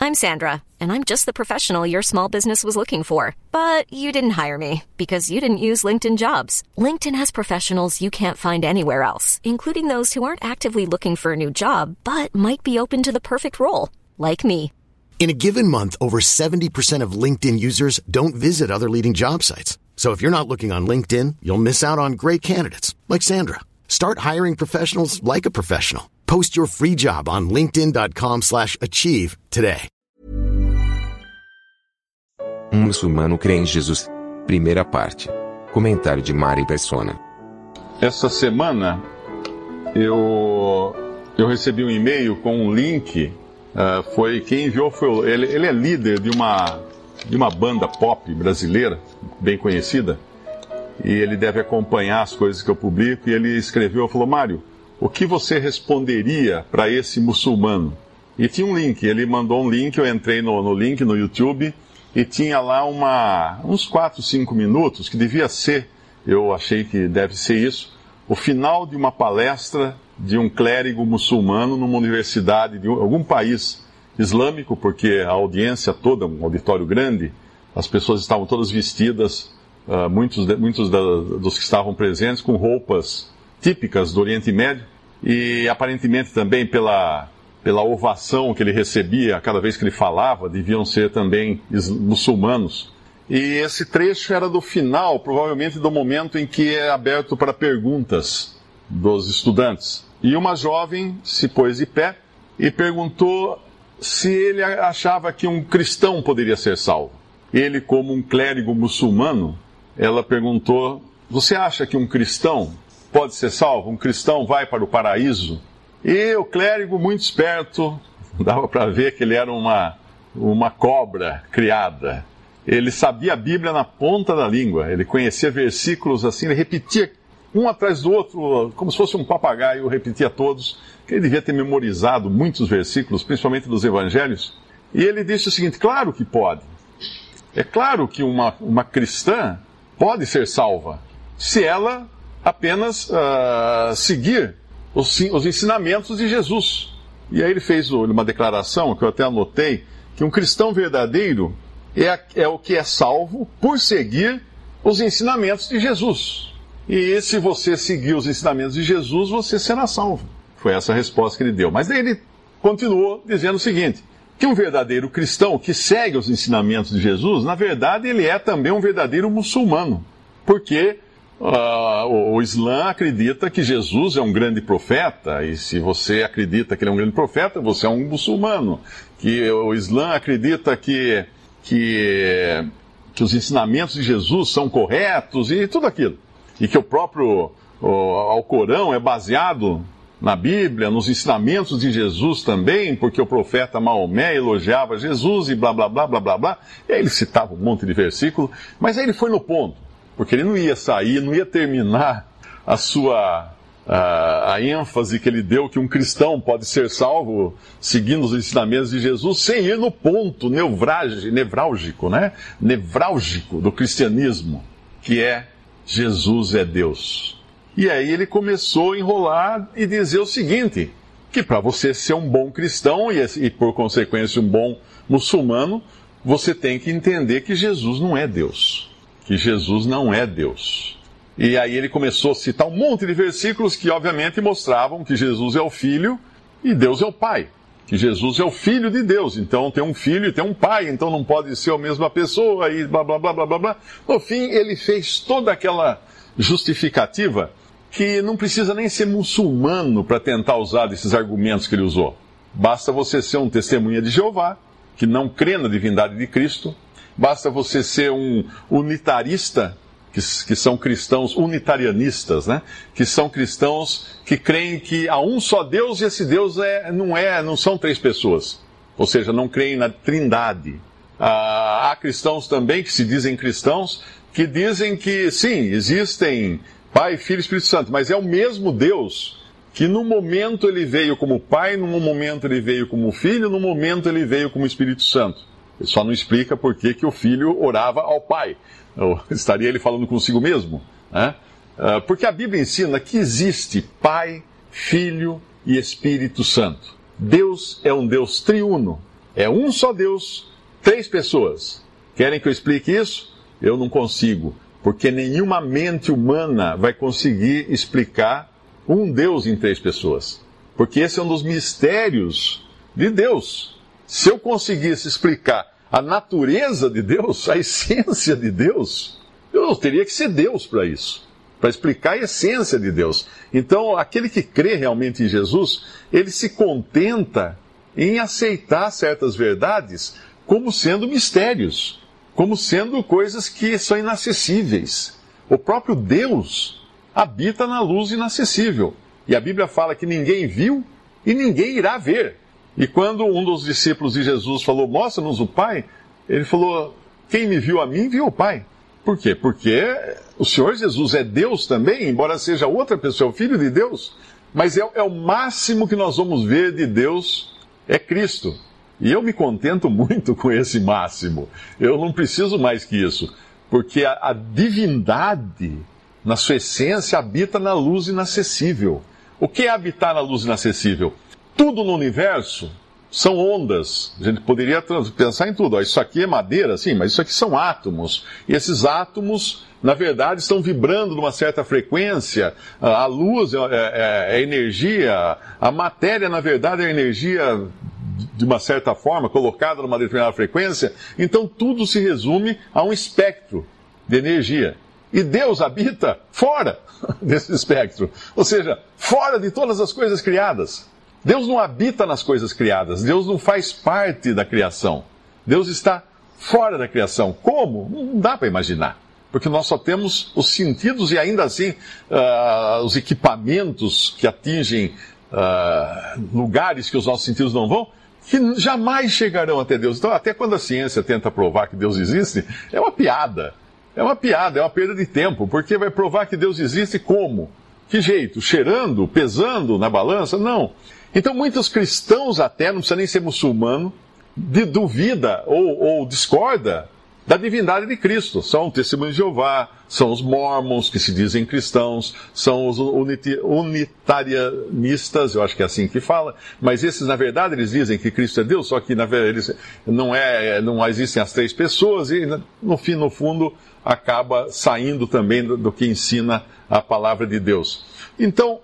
I'm Sandra, and I'm just the professional your small business was looking for. But you didn't hire me because you didn't use LinkedIn Jobs. LinkedIn has professionals you can't find anywhere else, including those who aren't actively looking for a new job, but might be open to the perfect role, like me. In a given month, over 70% of LinkedIn users don't visit other leading job sites. So if you're not looking on LinkedIn, you'll miss out on great candidates like Sandra. Start hiring professionals like a professional. Post your free job on linkedin.com/achieve today. Um muçulmano crê em Jesus. Primeira parte. Comentário de Mari Persona. Essa semana eu recebi um e-mail com um link. Quem enviou foi ele é líder de uma banda pop brasileira bem conhecida, e ele deve acompanhar as coisas que eu publico, e ele escreveu, falou: Mário, o que você responderia para esse muçulmano? E tinha um link, ele mandou um link, eu entrei no link no YouTube, e tinha lá uns 4, 5 minutos, que devia ser, eu achei que deve ser isso, o final de uma palestra de um clérigo muçulmano numa universidade de algum país islâmico, porque a audiência toda, um auditório grande, as pessoas estavam todas vestidas, muitos dos que estavam presentes, com roupas típicas do Oriente Médio, e aparentemente também pela ovação que ele recebia a cada vez que ele falava, deviam ser também muçulmanos. E esse trecho era do final, provavelmente do momento em que é aberto para perguntas dos estudantes. E uma jovem se pôs de pé e perguntou se ele achava que um cristão poderia ser salvo. Ele, como um clérigo muçulmano, ela perguntou: você acha que um cristão pode ser salvo? Um cristão vai para o paraíso? E o clérigo, muito esperto, dava para ver que ele era uma cobra criada. Ele sabia a Bíblia na ponta da língua, ele conhecia versículos assim, ele repetia um atrás do outro, como se fosse um papagaio, repetia todos, que ele devia ter memorizado muitos versículos, principalmente dos evangelhos. E ele disse o seguinte: claro que pode. É claro que uma cristã pode ser salva, se ela apenas seguir os ensinamentos de Jesus. E aí ele fez uma declaração, que eu até anotei, que um cristão verdadeiro é o que é salvo por seguir os ensinamentos de Jesus. E se você seguir os ensinamentos de Jesus, você será salvo. Foi essa a resposta que ele deu. Mas daí ele continuou dizendo o seguinte: que um verdadeiro cristão que segue os ensinamentos de Jesus, na verdade ele é também um verdadeiro muçulmano. Porque o Islã acredita que Jesus é um grande profeta, e se você acredita que ele é um grande profeta, você é um muçulmano. Que o Islã acredita que os ensinamentos de Jesus são corretos e tudo aquilo. E que o próprio Alcorão é baseado na Bíblia, nos ensinamentos de Jesus também, porque o profeta Maomé elogiava Jesus e blá, blá, blá, blá, blá, blá. E aí ele citava um monte de versículo, mas aí ele foi no ponto, porque ele não ia sair, não ia terminar a ênfase que ele deu que um cristão pode ser salvo seguindo os ensinamentos de Jesus, sem ir no ponto nevrálgico, né? Nevrálgico do cristianismo, que é: Jesus é Deus. E aí ele começou a enrolar e dizer o seguinte: que para você ser um bom cristão e por consequência um bom muçulmano, você tem que entender que Jesus não é Deus. Que Jesus não é Deus. E aí ele começou a citar um monte de versículos que obviamente mostravam que Jesus é o Filho e Deus é o Pai. Que Jesus é o Filho de Deus, então tem um filho e tem um pai, então não pode ser a mesma pessoa, e blá, blá, blá, blá, blá, blá. No fim, ele fez toda aquela justificativa que não precisa nem ser muçulmano para tentar usar desses argumentos que ele usou. Basta você ser um testemunha de Jeová, que não crê na divindade de Cristo. Basta você ser um unitarista, que são cristãos unitarianistas, né? Que são cristãos que creem que há um só Deus e esse Deus não são 3 pessoas. Ou seja, não creem na Trindade. Há cristãos também que se dizem cristãos, que dizem que sim, existem Pai, Filho e Espírito Santo, mas é o mesmo Deus que num momento ele veio como Pai, num momento ele veio como Filho, num momento ele veio como Espírito Santo. Ele só não explica por que o Filho orava ao Pai. Ou estaria ele falando consigo mesmo, né? Porque a Bíblia ensina que existe Pai, Filho e Espírito Santo. Deus é um Deus triuno. É um só Deus, 3 pessoas. Querem que eu explique isso? Eu não consigo, porque nenhuma mente humana vai conseguir explicar um Deus em 3 pessoas. Porque esse é um dos mistérios de Deus. Se eu conseguisse explicar a natureza de Deus, a essência de Deus, eu teria que ser Deus para isso, para explicar a essência de Deus. Então, aquele que crê realmente em Jesus, ele se contenta em aceitar certas verdades como sendo mistérios, como sendo coisas que são inacessíveis. O próprio Deus habita na luz inacessível. E a Bíblia fala que ninguém viu e ninguém irá ver. E quando um dos discípulos de Jesus falou, mostra-nos o Pai, ele falou, quem me viu a mim, viu o Pai. Por quê? Porque o Senhor Jesus é Deus também, embora seja outra pessoa, é o Filho de Deus. Mas é o máximo que nós vamos ver de Deus, é Cristo. E eu me contento muito com esse máximo. Eu não preciso mais que isso. Porque a divindade, na sua essência, habita na luz inacessível. O que é habitar na luz inacessível? Tudo no universo são ondas. A gente poderia pensar em tudo. Isso aqui é madeira, sim, mas isso aqui são átomos. E esses átomos, na verdade, estão vibrando numa certa frequência. A luz é energia. A matéria, na verdade, é energia de uma certa forma, colocada numa determinada frequência. Então, tudo se resume a um espectro de energia. E Deus habita fora desse espectro. Ou seja, fora de todas as coisas criadas. Deus não habita nas coisas criadas. Deus não faz parte da criação. Deus está fora da criação. Como? Não dá para imaginar. Porque nós só temos os sentidos e ainda assim os equipamentos que atingem lugares que os nossos sentidos não vão, que jamais chegarão até Deus. Então, até quando a ciência tenta provar que Deus existe, é uma piada. É uma piada, é uma perda de tempo. Porque vai provar que Deus existe como? Que jeito? Cheirando? Pesando na balança? Não. Então, muitos cristãos até, não precisa nem ser muçulmano, duvida ou discorda da divindade de Cristo. São testemunhos de Jeová, são os mormons, que se dizem cristãos, são os unitarianistas, eu acho que é assim que fala, mas esses, na verdade, eles dizem que Cristo é Deus, só que, na verdade, não existem as 3 pessoas, e, no fundo, acaba saindo também do que ensina a palavra de Deus. Então,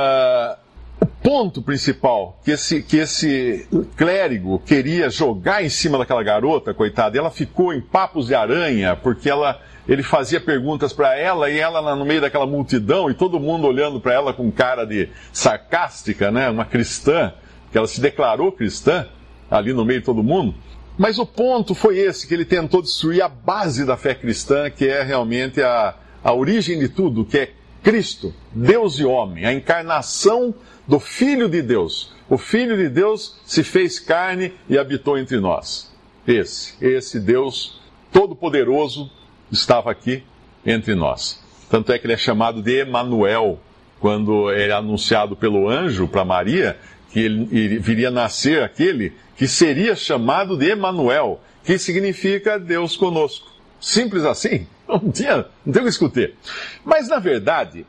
o ponto principal que esse clérigo queria jogar em cima daquela garota, coitada, ela ficou em papos de aranha, porque ele fazia perguntas para ela, e ela no meio daquela multidão, e todo mundo olhando para ela com cara de sarcástica, né? Uma cristã, que ela se declarou cristã, ali no meio de todo mundo. Mas o ponto foi esse, que ele tentou destruir a base da fé cristã, que é realmente a origem de tudo, que é Cristo, Deus e homem, a encarnação do Filho de Deus. O Filho de Deus se fez carne e habitou entre nós. Esse Deus Todo-Poderoso estava aqui entre nós. Tanto é que ele é chamado de Emanuel, quando é anunciado pelo anjo para Maria, que ele viria nascer aquele que seria chamado de Emanuel, que significa Deus conosco. Simples assim. Não tem o que discutir. Mas, na verdade,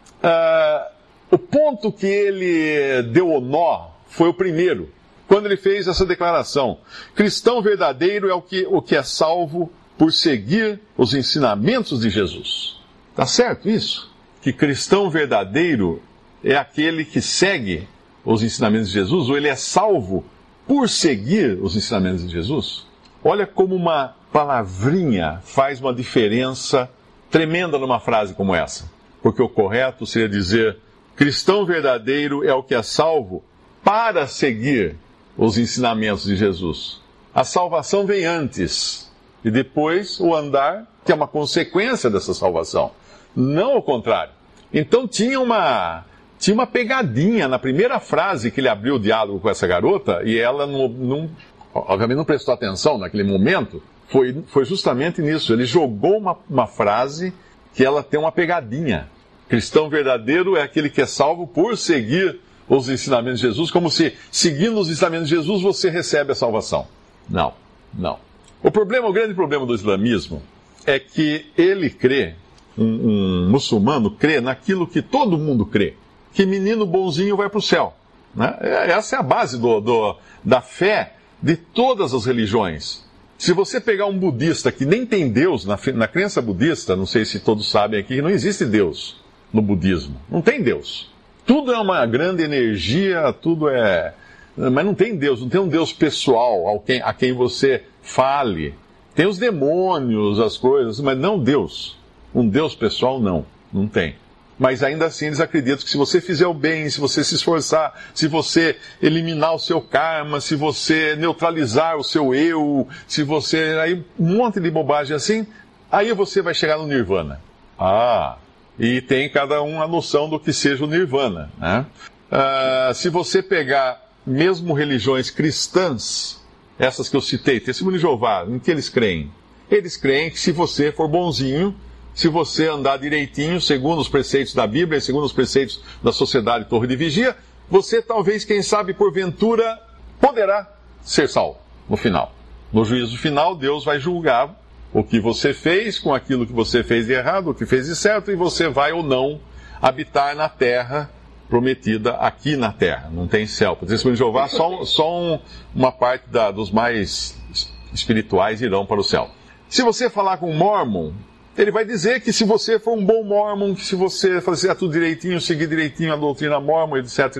o ponto que ele deu o nó foi o primeiro, quando ele fez essa declaração. Cristão verdadeiro é o que é salvo por seguir os ensinamentos de Jesus. Tá certo isso? Que cristão verdadeiro é aquele que segue os ensinamentos de Jesus, ou ele é salvo por seguir os ensinamentos de Jesus? Olha como uma palavrinha faz uma diferença tremenda numa frase como essa. Porque o correto seria dizer: cristão verdadeiro é o que é salvo para seguir os ensinamentos de Jesus. A salvação vem antes, e depois o andar, que é uma consequência dessa salvação. Não o contrário. Então tinha uma pegadinha na primeira frase que ele abriu o diálogo com essa garota, e ela obviamente não prestou atenção naquele momento. Foi justamente nisso. Ele jogou uma frase que ela tem uma pegadinha. Cristão verdadeiro é aquele que é salvo por seguir os ensinamentos de Jesus, como se, seguindo os ensinamentos de Jesus, você recebe a salvação. Não. O grande problema do islamismo é que ele crê, um muçulmano crê naquilo que todo mundo crê, que menino bonzinho vai para o céu. Né? Essa é a base da fé de todas as religiões. Se você pegar um budista que nem tem Deus, na crença budista, não sei se todos sabem aqui, que não existe Deus no budismo. Não tem Deus. Tudo é uma grande energia, tudo é... Mas não tem Deus, não tem um Deus pessoal a quem você fale. Tem os demônios, as coisas, mas não Deus. Um Deus pessoal, não tem. Mas ainda assim eles acreditam que se você fizer o bem, se você se esforçar, se você eliminar o seu karma, se você neutralizar o seu eu, se você... Aí um monte de bobagem assim, aí você vai chegar no Nirvana. E tem cada um a noção do que seja o Nirvana, né? Se você pegar mesmo religiões cristãs, essas que eu citei, Testemunho de Jeová, em que eles creem? Eles creem que se você for bonzinho, se você andar direitinho, segundo os preceitos da Bíblia, segundo os preceitos da Sociedade Torre de Vigia, você talvez, quem sabe, porventura, poderá ser salvo no final. No juízo final, Deus vai julgar o que você fez com aquilo que você fez de errado, o que fez de certo, e você vai ou não habitar na terra prometida aqui na terra. Não tem céu. Por Testemunho de Jeová, uma parte dos mais espirituais irão para o céu. Se você falar com um Mormon, ele vai dizer que se você for um bom Mormon, que se você fazer tudo direitinho, seguir direitinho a doutrina Mormon, etc,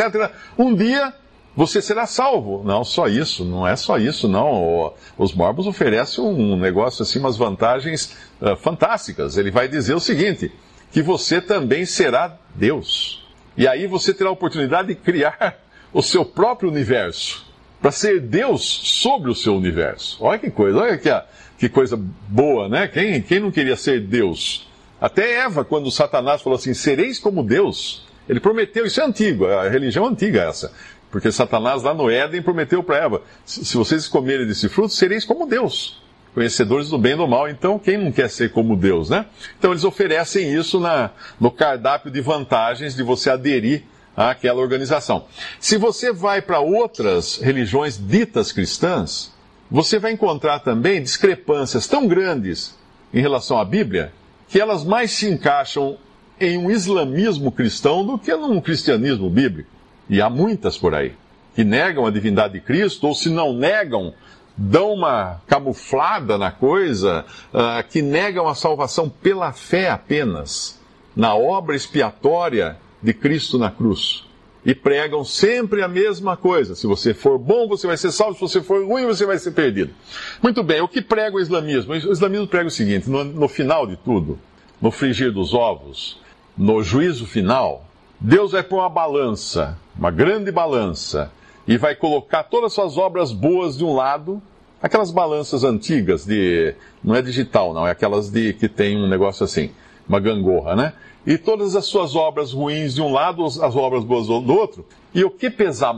um dia você será salvo. Não só isso, não é só isso, não. Os Mormons oferecem um negócio assim, umas vantagens fantásticas. Ele vai dizer o seguinte, que você também será Deus. E aí você terá a oportunidade de criar o seu próprio universo, para ser Deus sobre o seu universo. Olha que coisa, olha que coisa boa, né? Quem não queria ser Deus? Até Eva, quando Satanás falou assim, sereis como Deus, ele prometeu, isso é antigo, a religião antiga essa, porque Satanás lá no Éden prometeu para Eva, se vocês comerem desse fruto, sereis como Deus, conhecedores do bem e do mal. Então, quem não quer ser como Deus, né? Então, eles oferecem isso no cardápio de vantagens de você aderir àquela organização. Se você vai para outras religiões ditas cristãs, você vai encontrar também discrepâncias tão grandes em relação à Bíblia, que elas mais se encaixam em um islamismo cristão do que num cristianismo bíblico. E há muitas por aí, que negam a divindade de Cristo, ou se não negam, dão uma camuflada na coisa, que negam a salvação pela fé apenas, na obra expiatória de Cristo na cruz. E pregam sempre a mesma coisa. Se você for bom, você vai ser salvo. Se você for ruim, você vai ser perdido. Muito bem, o que prega o islamismo? O islamismo prega o seguinte, no final de tudo, no frigir dos ovos, no juízo final, Deus vai pôr uma balança, uma grande balança, e vai colocar todas as suas obras boas de um lado, aquelas balanças antigas não é digital não, é aquelas que tem um negócio assim, uma gangorra, né? E todas as suas obras ruins de um lado, as obras boas do outro, e o que pesar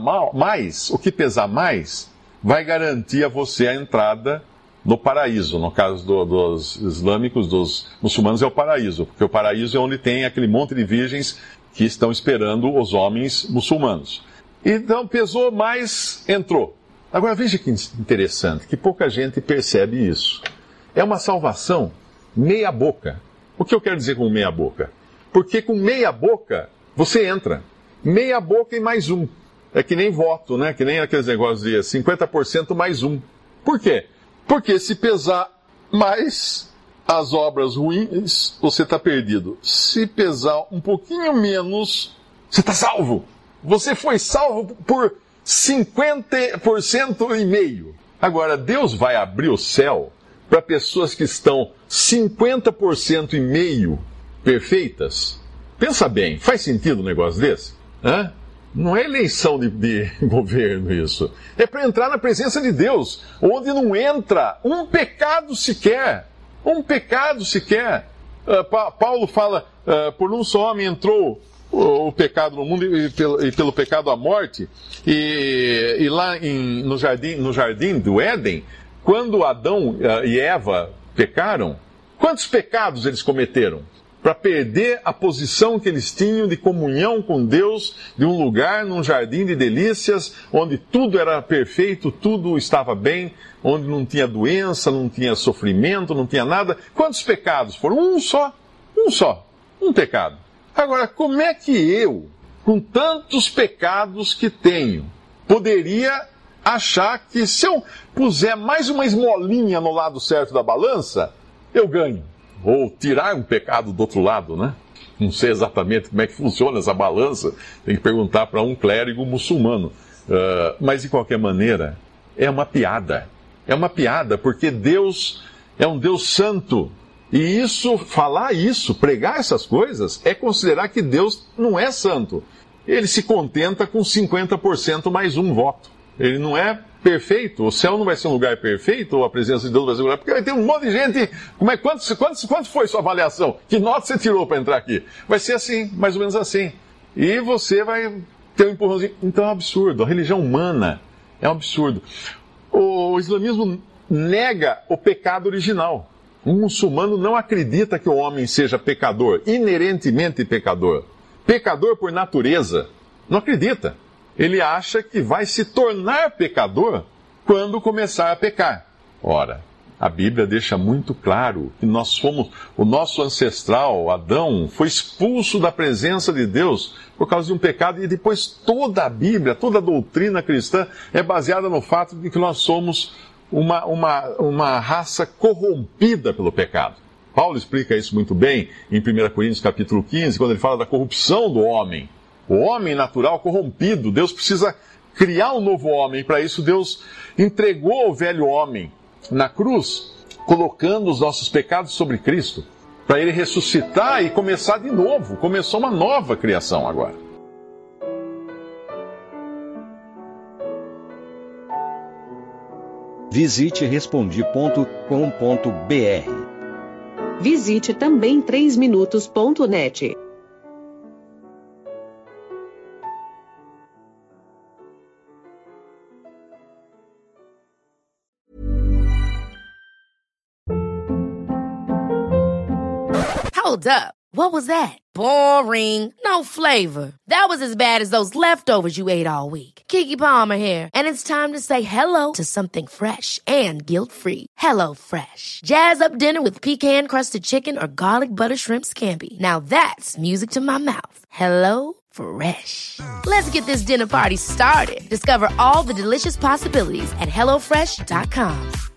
mais, vai garantir a você a entrada no paraíso. No caso dos islâmicos, dos muçulmanos, é o paraíso, porque o paraíso é onde tem aquele monte de virgens que estão esperando os homens muçulmanos. Então, pesou mais, entrou. Agora, veja que interessante, que pouca gente percebe isso. É uma salvação meia boca. O que eu quero dizer com meia boca? Porque com meia boca, você entra. Meia boca e mais um. É que nem voto, né? Que nem aqueles negócios de 50% mais um. Por quê? Porque se pesar mais as obras ruins, você está perdido. Se pesar um pouquinho menos, você está salvo. Você foi salvo por 50% e meio. Agora, Deus vai abrir o céu para pessoas que estão 50% e meio perfeitas? Pensa bem, faz sentido um negócio desse? Hã? Não é eleição de governo isso. É para entrar na presença de Deus, onde não entra um pecado sequer. Um pecado sequer. Paulo fala, por um só homem entrou o pecado no mundo e pelo pecado a morte. E lá no jardim do Éden, quando Adão e Eva pecaram, quantos pecados eles cometeram? Para perder a posição que eles tinham de comunhão com Deus, de um lugar, num jardim de delícias, onde tudo era perfeito, tudo estava bem, onde não tinha doença, não tinha sofrimento, não tinha nada. Quantos pecados foram? Um pecado. Agora, como é que eu, com tantos pecados que tenho, poderia achar que se eu puser mais uma esmolinha no lado certo da balança, eu ganho. Ou tirar um pecado do outro lado, né? Não sei exatamente como é que funciona essa balança, tem que perguntar para um clérigo muçulmano. Mas, de qualquer maneira, é uma piada. É uma piada porque Deus é um Deus santo. E falar isso, pregar essas coisas, é considerar que Deus não é santo. Ele se contenta com 50% mais um voto. Ele não é perfeito. O céu não vai ser um lugar perfeito, ou a presença de Deus vai ser um lugar... Porque vai ter um monte de gente... Quanto foi sua avaliação? Que nota você tirou para entrar aqui? Vai ser assim, mais ou menos assim. E você vai ter um empurrãozinho. Então é um absurdo. A religião humana é um absurdo. O islamismo nega o pecado original. Um muçulmano não acredita que o homem seja pecador, inerentemente pecador. Pecador por natureza. Não acredita. Ele acha que vai se tornar pecador quando começar a pecar. Ora, a Bíblia deixa muito claro que o nosso ancestral, Adão, foi expulso da presença de Deus por causa de um pecado, e depois toda a Bíblia, toda a doutrina cristã é baseada no fato de que nós somos uma raça corrompida pelo pecado. Paulo explica isso muito bem em 1 Coríntios capítulo 15, quando ele fala da corrupção do homem. O homem natural corrompido, Deus precisa criar um novo homem. Para isso, Deus entregou o velho homem na cruz, colocando os nossos pecados sobre Cristo, para ele ressuscitar e começar de novo. Começou uma nova criação agora. Visite Respondi.com.br. Visite também 3minutos.net. Hold up. What was that? Boring. No flavor. That was as bad as those leftovers you ate all week. Keke Palmer here, and it's time to say hello to something fresh and guilt-free. Hello Fresh. Jazz up dinner with pecan-crusted chicken or garlic butter shrimp scampi. Now that's music to my mouth. Hello Fresh. Let's get this dinner party started. Discover all the delicious possibilities at HelloFresh.com.